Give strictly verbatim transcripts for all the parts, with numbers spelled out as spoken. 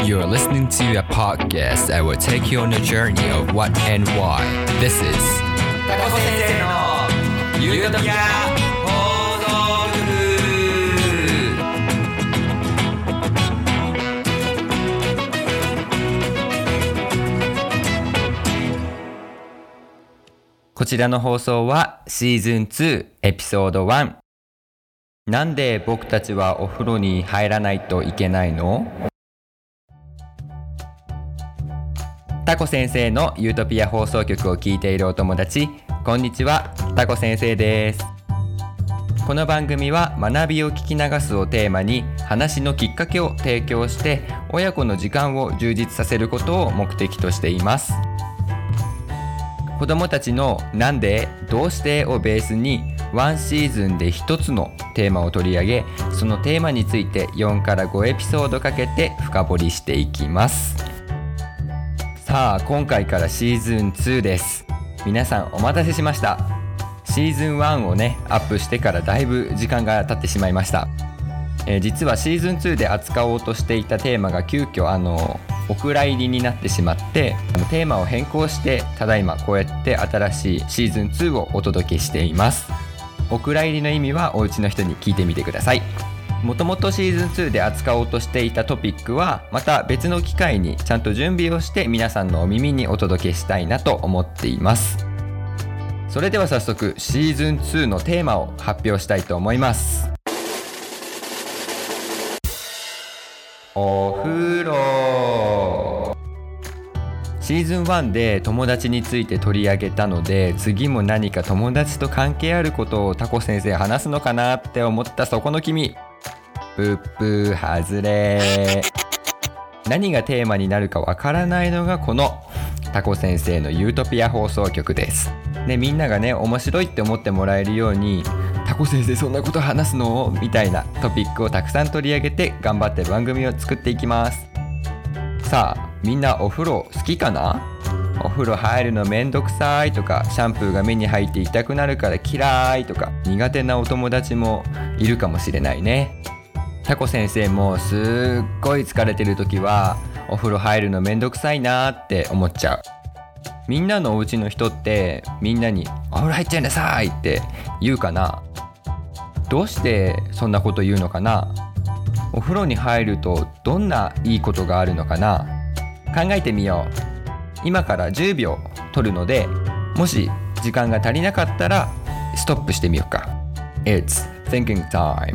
You're listening to a podcast that will take you on a journey of what and why. This is タコ先生のゆうとぴあ放送局。こちらの放送はシーズンツーエピソードワン。なんで僕たちはお風呂に入らないといけないの？タコ先生のユートピア放送局を聞いているお友達、こんにちは、タコ先生です。この番組は学びを聞き流すをテーマに話のきっかけを提供して親子の時間を充実させることを目的としています。子どもたちのなんで、どうしてをベースにワンシーズンで一つのテーマを取り上げ、そのテーマについてよんからごエピソードかけて深掘りしていきます。さあ、今回からシーズンツーです。皆さんお待たせしました。シーズンワンをねアップしてからだいぶ時間が経ってしまいました。えー、実はシーズンツーで扱おうとしていたテーマが急遽あのお蔵入りになってしまって、テーマを変更してただいまこうやって新しいシーズンツーをお届けしています。お蔵入りの意味はお家の人に聞いてみてください。もともとシーズンツーで扱おうとしていたトピックはまた別の機会にちゃんと準備をして皆さんのお耳にお届けしたいなと思っています。それでは早速シーズンツーのテーマを発表したいと思います。お風呂。シーズンワンで友達について取り上げたので、次も何か友達と関係あることをタコ先生話すのかなって思ったそこの君、ぷっぷー外れ。何がテーマになるかわからないのがこのタコ先生のユートピア放送局です。で、みんながね面白いって思ってもらえるように、タコ先生そんなこと話すのみたいなトピックをたくさん取り上げて頑張って番組を作っていきます。さあ、みんなお風呂好きかな？お風呂入るのめんどくさいとか、シャンプーが目に入って痛くなるから嫌いとか、苦手なお友達もいるかもしれないね。タコ先生もすっごい疲れてる時はお風呂入るのめんどくさいなって思っちゃう。みんなのお家の人ってみんなにお風呂入っちゃいなさいって言うかな？どうしてそんなこと言うのかな？お風呂に入るとどんないいことがあるのかな？考えてみよう。今からじゅうびょう取るので、もし時間が足りなかったらストップしてみようか。 It's thinking time.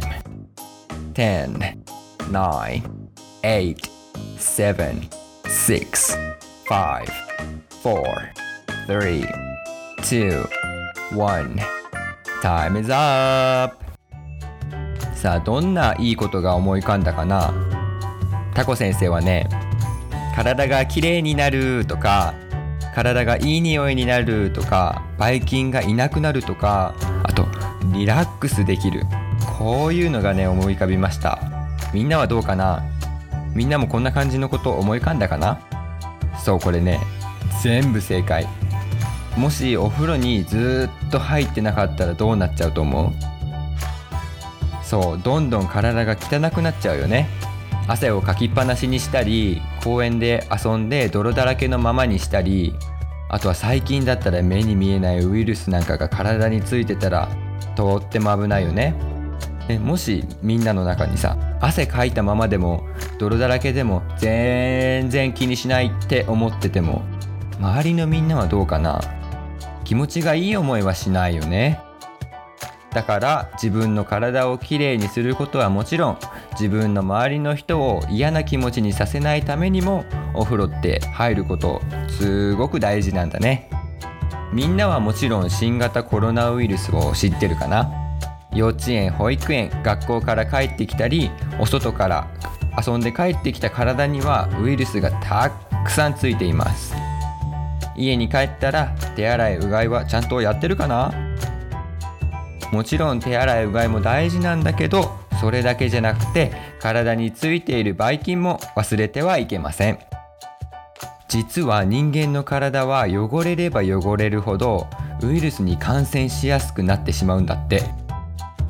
ten, nine, eight, seven, six, five, four, three, two, one. Time is up. さあ、どんないいことが思い浮かんだかな？タコ先生はね、体がきれいになるとか、体がいい匂いになるとか、ばい菌がいなくなるとか、あとリラックスできる、こういうのがね思い浮かびました。みんなはどうかな？みんなもこんな感じのこと思い浮かんだかな？そう、これね全部正解。もしお風呂にずっと入ってなかったらどうなっちゃうと思う？そう、どんどん体が汚くなっちゃうよね。汗をかきっぱなしにしたり、公園で遊んで泥だらけのままにしたり、あとは最近だったら目に見えないウイルスなんかが体についてたらとっても危ないよね。でもしみんなの中にさ、汗かいたままでも泥だらけでも全然気にしないって思ってても、周りのみんなはどうかな？気持ちがいい思いはしないよね。だから自分の体をきれいにすることはもちろん、自分の周りの人を嫌な気持ちにさせないためにもお風呂って入ることすごく大事なんだね。みんなはもちろん新型コロナウイルスを知ってるかな？幼稚園、保育園、学校から帰ってきたり、お外から遊んで帰ってきた体にはウイルスがたくさんついています。家に帰ったら手洗い、うがいはちゃんとやってるかな？もちろん手洗い、うがいも大事なんだけど、それだけじゃなくて体についているばい菌も忘れてはいけません。実は人間の体は汚れれば汚れるほどウイルスに感染しやすくなってしまうんだって。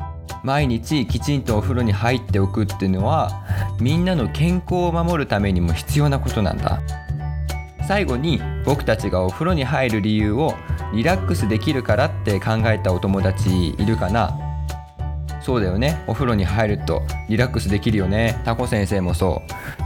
毎日きちんとお風呂に入っておくっていうのはみんなの健康を守るためにも必要なことなんだ。最後に僕たちがお風呂に入る理由をリラックスできるからって考えたお友達いるかな。そうだよね、お風呂に入るとリラックスできるよね。タコ先生もそう。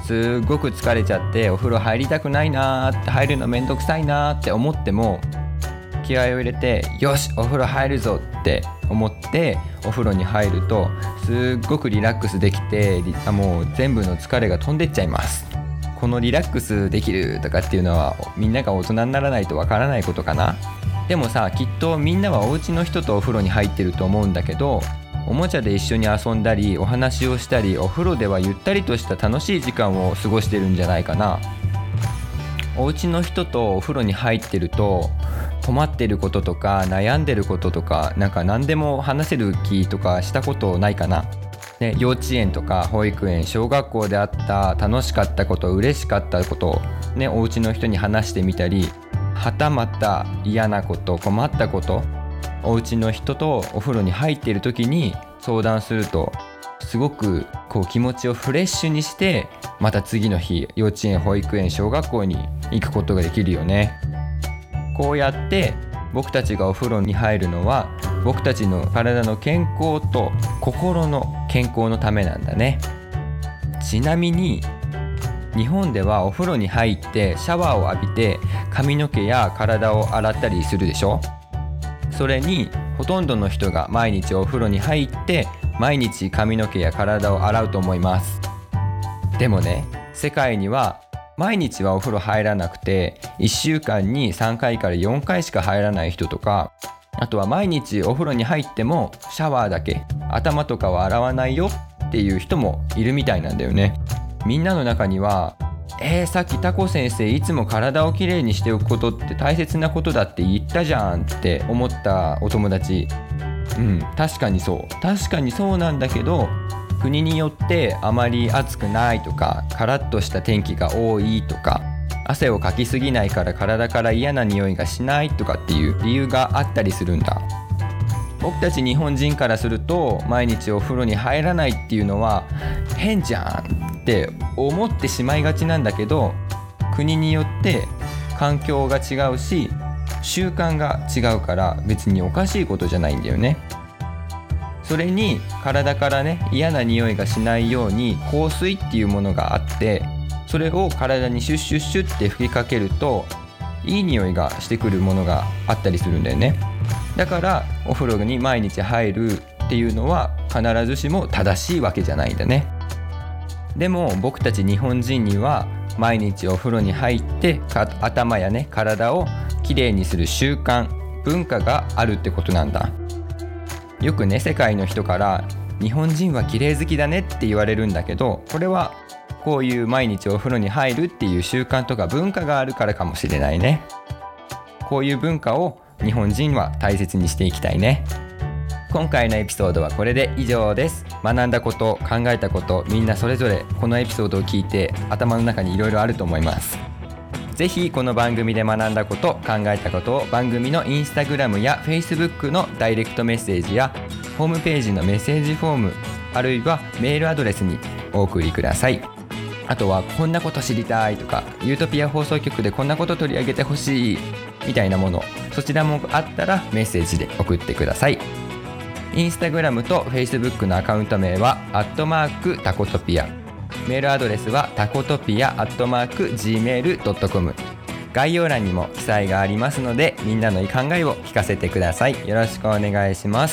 すっごく疲れちゃってお風呂入りたくないなーって、入るのめんどくさいなーって思っても気合を入れてよしお風呂入るぞって思ってお風呂に入るとすっごくリラックスできて、もう全部の疲れが飛んでっちゃいます。このリラックスできるとかっていうのはみんなが大人にならないとわからないことかな。でもさ、きっとみんなはお家の人とお風呂に入ってると思うんだけど、おもちゃで一緒に遊んだりお話をしたり、お風呂ではゆったりとした楽しい時間を過ごしてるんじゃないかな。お家の人とお風呂に入ってると困ってることとか悩んでることとか、なんか何でも話せる気とかしたことないかな、ね、幼稚園とか保育園、小学校であった楽しかったこと、嬉しかったこと、ね、お家の人に話してみたり、はたまた嫌なこと、困ったこと、お家の人とお風呂に入っている時に相談するとすごくこう気持ちをフレッシュにして、また次の日幼稚園、保育園、小学校に行くことができるよね。こうやって僕たちがお風呂に入るのは僕たちの体の健康と心の健康のためなんだね。ちなみに日本ではお風呂に入ってシャワーを浴びて髪の毛や体を洗ったりするでしょ。それにほとんどの人が毎日お風呂に入って毎日髪の毛や体を洗うと思います。でもね、世界には毎日はお風呂入らなくていっしゅうかんにさんかいからよんかいしか入らない人とか、あとは毎日お風呂に入ってもシャワーだけ、頭とかは洗わないよっていう人もいるみたいなんだよね。みんなの中にはえー、さっきタコ先生いつも体をきれいにしておくことって大切なことだって言ったじゃんって思ったお友達、うん確かにそう確かにそうなんだけど、国によってあまり暑くないとかカラッとした天気が多いとか、汗をかきすぎないから体から嫌な匂いがしないとかっていう理由があったりするんだ。僕たち日本人からすると毎日お風呂に入らないっていうのは変じゃんって思ってしまいがちなんだけど、国によって環境が違うし習慣が違うから別におかしいことじゃないんだよね。それに体からね嫌な匂いがしないように香水っていうものがあって、それを体にシュッシュッシュッって吹きかけるといい匂いがしてくるものがあったりするんだよね。だからお風呂に毎日入るっていうのは必ずしも正しいわけじゃないんだね。でも僕たち日本人には毎日お風呂に入って頭やね体をきれいにする習慣、文化があるってことなんだ。よくね世界の人から日本人はきれい好きだねって言われるんだけど、これはこういう毎日お風呂に入るっていう習慣とか文化があるからかもしれないね。こういう文化を日本人は大切にしていきたいね。今回のエピソードはこれで以上です。学んだこと、考えたこと、みんなそれぞれこのエピソードを聞いて頭の中にいろいろあると思います。ぜひこの番組で学んだこと、考えたことを番組のインスタグラムやフェイスブックのダイレクトメッセージやホームページのメッセージフォーム、あるいはメールアドレスにお送りください。あとはこんなこと知りたいとか、ユートピア放送局でこんなこと取り上げてほしいみたいなもの、そちらもあったらメッセージで送ってください。インスタグラムとフェイスブックのアカウント名はアットマークタコトピア、メールアドレスはタコトピアアットマーク ジーメールドットコム、 概要欄にも記載がありますのでみんなの考えを聞かせてください。よろしくお願いします。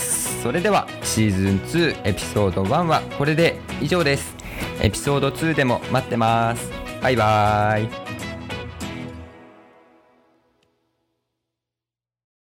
それではシーズンツーエピソードワンはこれで以上です。エピソードツーでも待ってます。バイバーイ。